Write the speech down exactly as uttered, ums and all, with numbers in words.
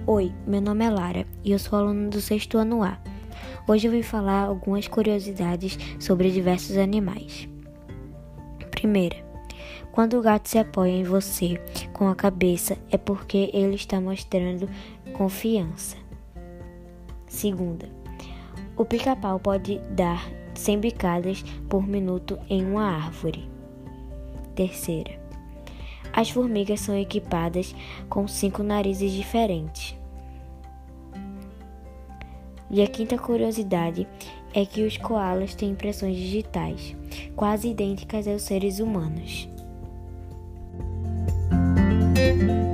Oi, meu nome é Lara e eu sou aluna do sexto ano A. Hoje eu vim falar algumas curiosidades sobre diversos animais. Primeira, quando o gato se apoia em você com a cabeça é porque ele está mostrando confiança. Segunda, o pica-pau pode dar cem bicadas por minuto em uma árvore. Terceira, as formigas são equipadas com cinco narizes diferentes. E a quinta curiosidade é que os koalas têm impressões digitais, quase idênticas aos seres humanos.